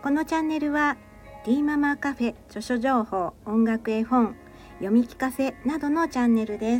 このチャンネルは D ママカフェ、著書情報、音楽絵本、読み聞かせなどのチャンネルです。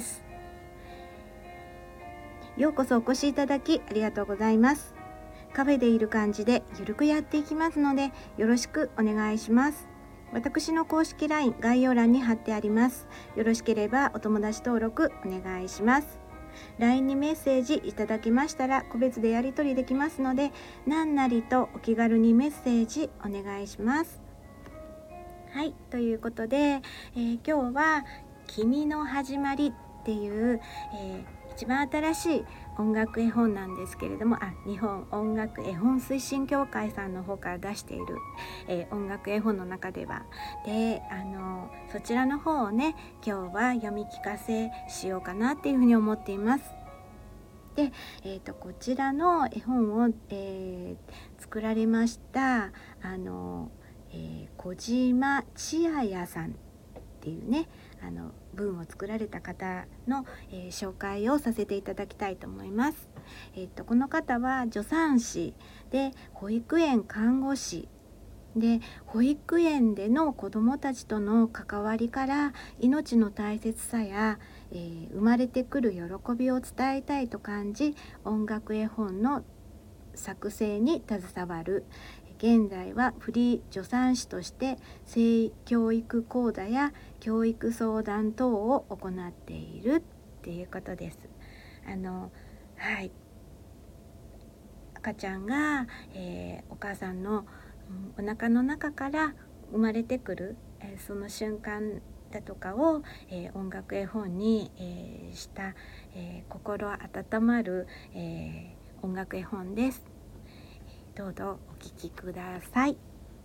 ようこそお越しいただきありがとうございます。カフェでいる感じでゆるくやっていきますので、よろしくお願いします。私の公式 LINE 概要欄に貼ってあります。よろしければお友達登録お願いします。LINE にメッセージいただけましたら個別でやり取りできますので、何なりとお気軽にメッセージお願いします。はい、ということで、今日は君の始まりっていう、一番新しい音楽絵本なんですけれども、日本音楽絵本推進協会さんの方から出している、音楽絵本の中ではで、そちらの方をね、今日は読み聞かせしようかなっていうふうに思っています。で、こちらの絵本を、作られました小島千彩さんっていうね、文を作られた方の、紹介をさせていただきたいと思います。この方は助産師で保育園看護師で、保育園での子どもたちとの関わりから命の大切さや、生まれてくる喜びを伝えたいと感じ、音楽絵本の作成に携わる。現在はフリー助産師として性教育講座や教育相談等を行っているっていうことです。はい、赤ちゃんが、お母さんの、お腹の中から生まれてくる、その瞬間だとかを、音楽絵本に、した、心温まる、音楽絵本です。どうぞお聞きください。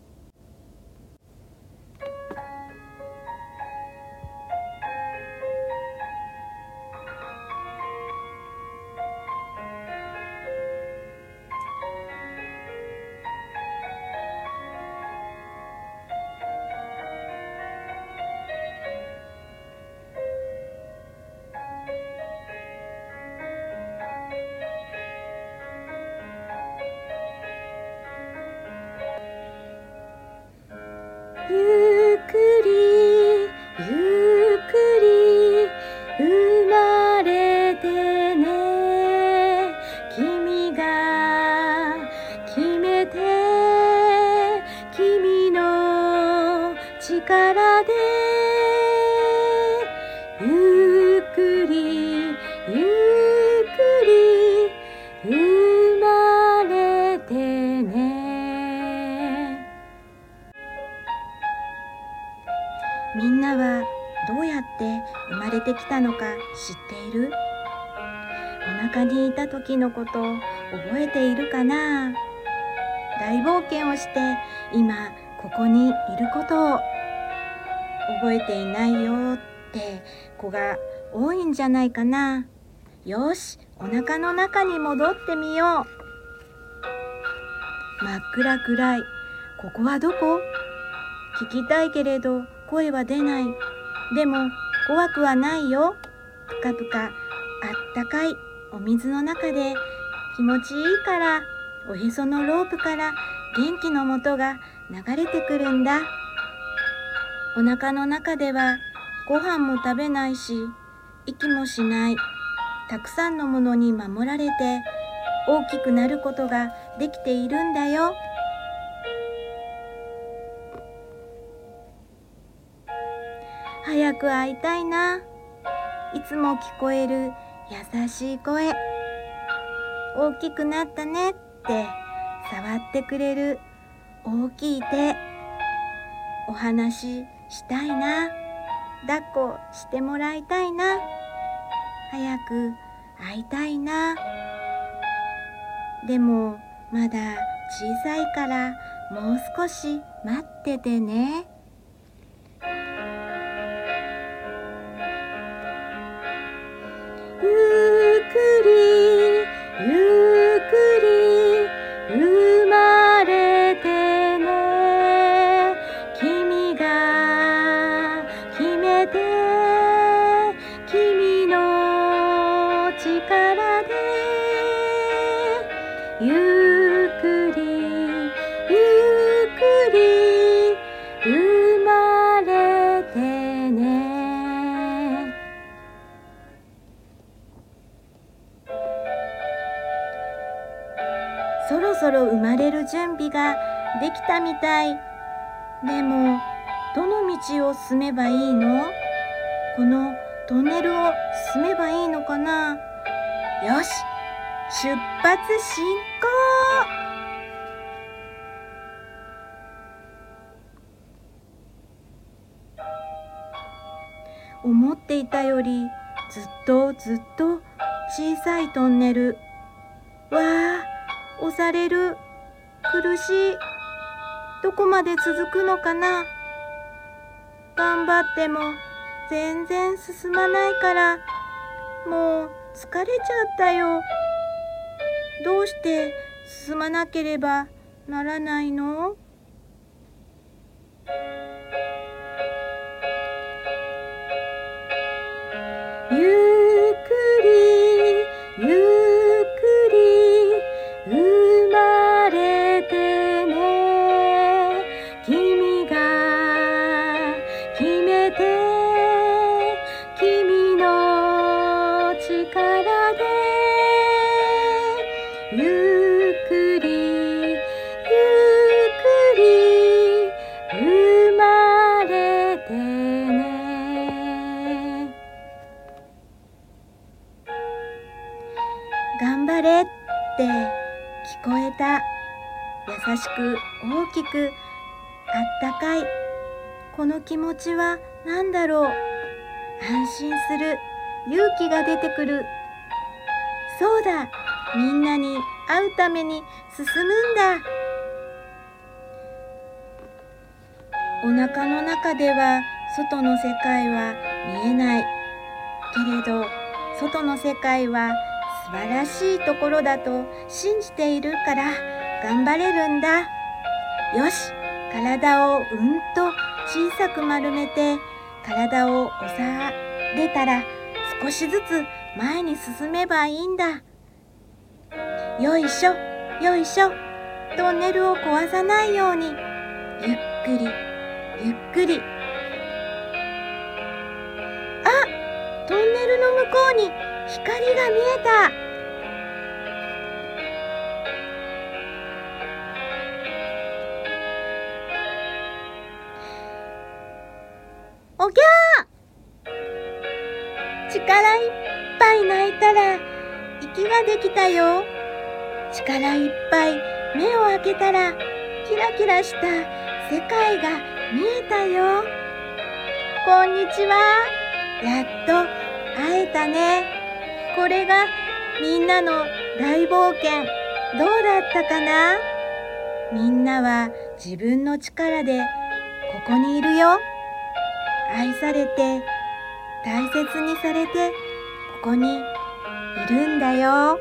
ゆっくりゆっくり生まれてね、君が決めて、君の力でゆっくりゆっくり生まれてね。みんなはどうやって生まれてきたのか知っている？お腹にいた時のことを覚えているかな？大冒険をして今ここにいることを覚えていないよって子が多いんじゃないかな。よし、お腹の中に戻ってみよう。真っ暗暗い。ここはどこ？聞きたいけれど声は出ない。でも怖くはないよ。ぷかぷかあったかいお水の中で気持ちいいから、おへそのロープから元気の素が流れてくるんだ。お腹の中ではご飯も食べないし息もしない。たくさんのものに守られて大きくなることができているんだよ。早く会いたいな。いつも聞こえる優しい声。大きくなったねって触ってくれる大きい手。お話ししたいな。抱っこしてもらいたいな。早く会いたいな。でもまだ小さいからもう少し待っててね。ゆっくりゆっくり生まれてね、君が決めて、君の力でゆっくりゆっくそろ生まれる準備ができたみたい。でも、どの道を進めばいいの？このトンネルを進めばいいのかな？よし、出発進行！思っていたよりずっと小さいトンネル。わあ、押される。苦しい。どこまで続くのかな？頑張っても全然進まないから、もう疲れちゃったよ。どうして進まなければならないの？ゆっくりゆっくり生まれてね。君が決めて、君の力でゆっくりゆっくり生まれてね。頑張れって聞こえた。優しく大きくあったかい。この気持ちは何だろう。安心する。勇気が出てくる。そうだ、みんなに会うために進むんだ。お腹の中では外の世界は見えないけれど、外の世界は素晴らしいところだと信じているから頑張れるんだ。よし、体をうんと小さく丸めて、体を押されたら少しずつ前に進めばいいんだ。よいしょよいしょ。トンネルを壊さないようにゆっくりゆっくり。あ、トンネルの向こうに光が見えた。おぎゃー！力いっぱい泣いたら息ができたよ。力いっぱい目を開けたらキラキラした世界が見えたよ。こんにちは。やっと会えたね。これがみんなの大冒険。どうだったかな？みんなは自分の力でここにいるよ。愛されて大切にされてここにいるんだよ。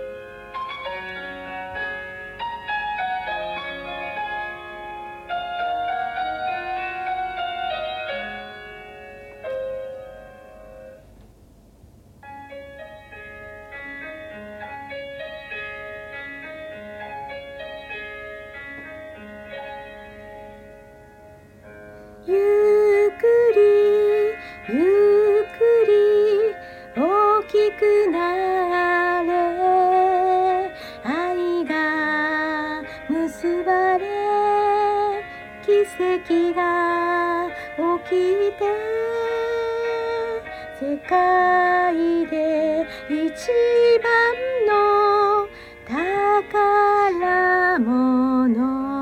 ゆっくりゆっくり大きくなれ。愛が結ばれ奇跡が起きて、世界で一番の宝物。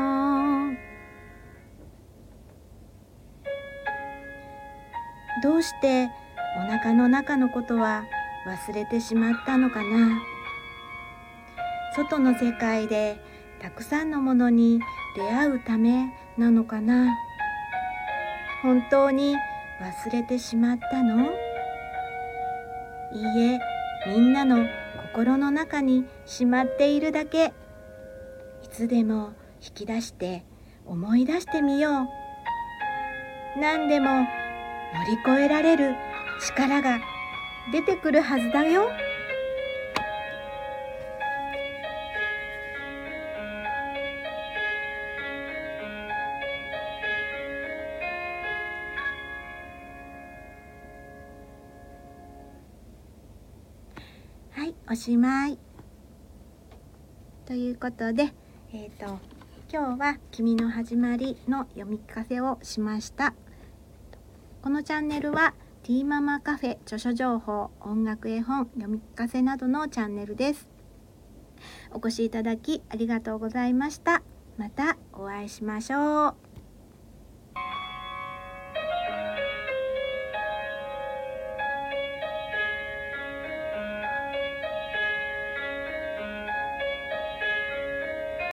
どうしてお腹の中のことは忘れてしまったのかな。外の世界でたくさんのものに出会うためなのかな。本当に忘れてしまったの？いいえ、みんなの心の中にしまっているだけ。いつでも引き出して思い出してみよう。何でも乗り越えられる力が出てくるはずだよ。はい、おしまい。ということで、 今日は君の始まりの読み聞かせをしました。このチャンネルはティーママカフェ、著書情報、音楽、絵本、読み聞かせなどのチャンネルです。お越しいただきありがとうございました。またお会いしましょう。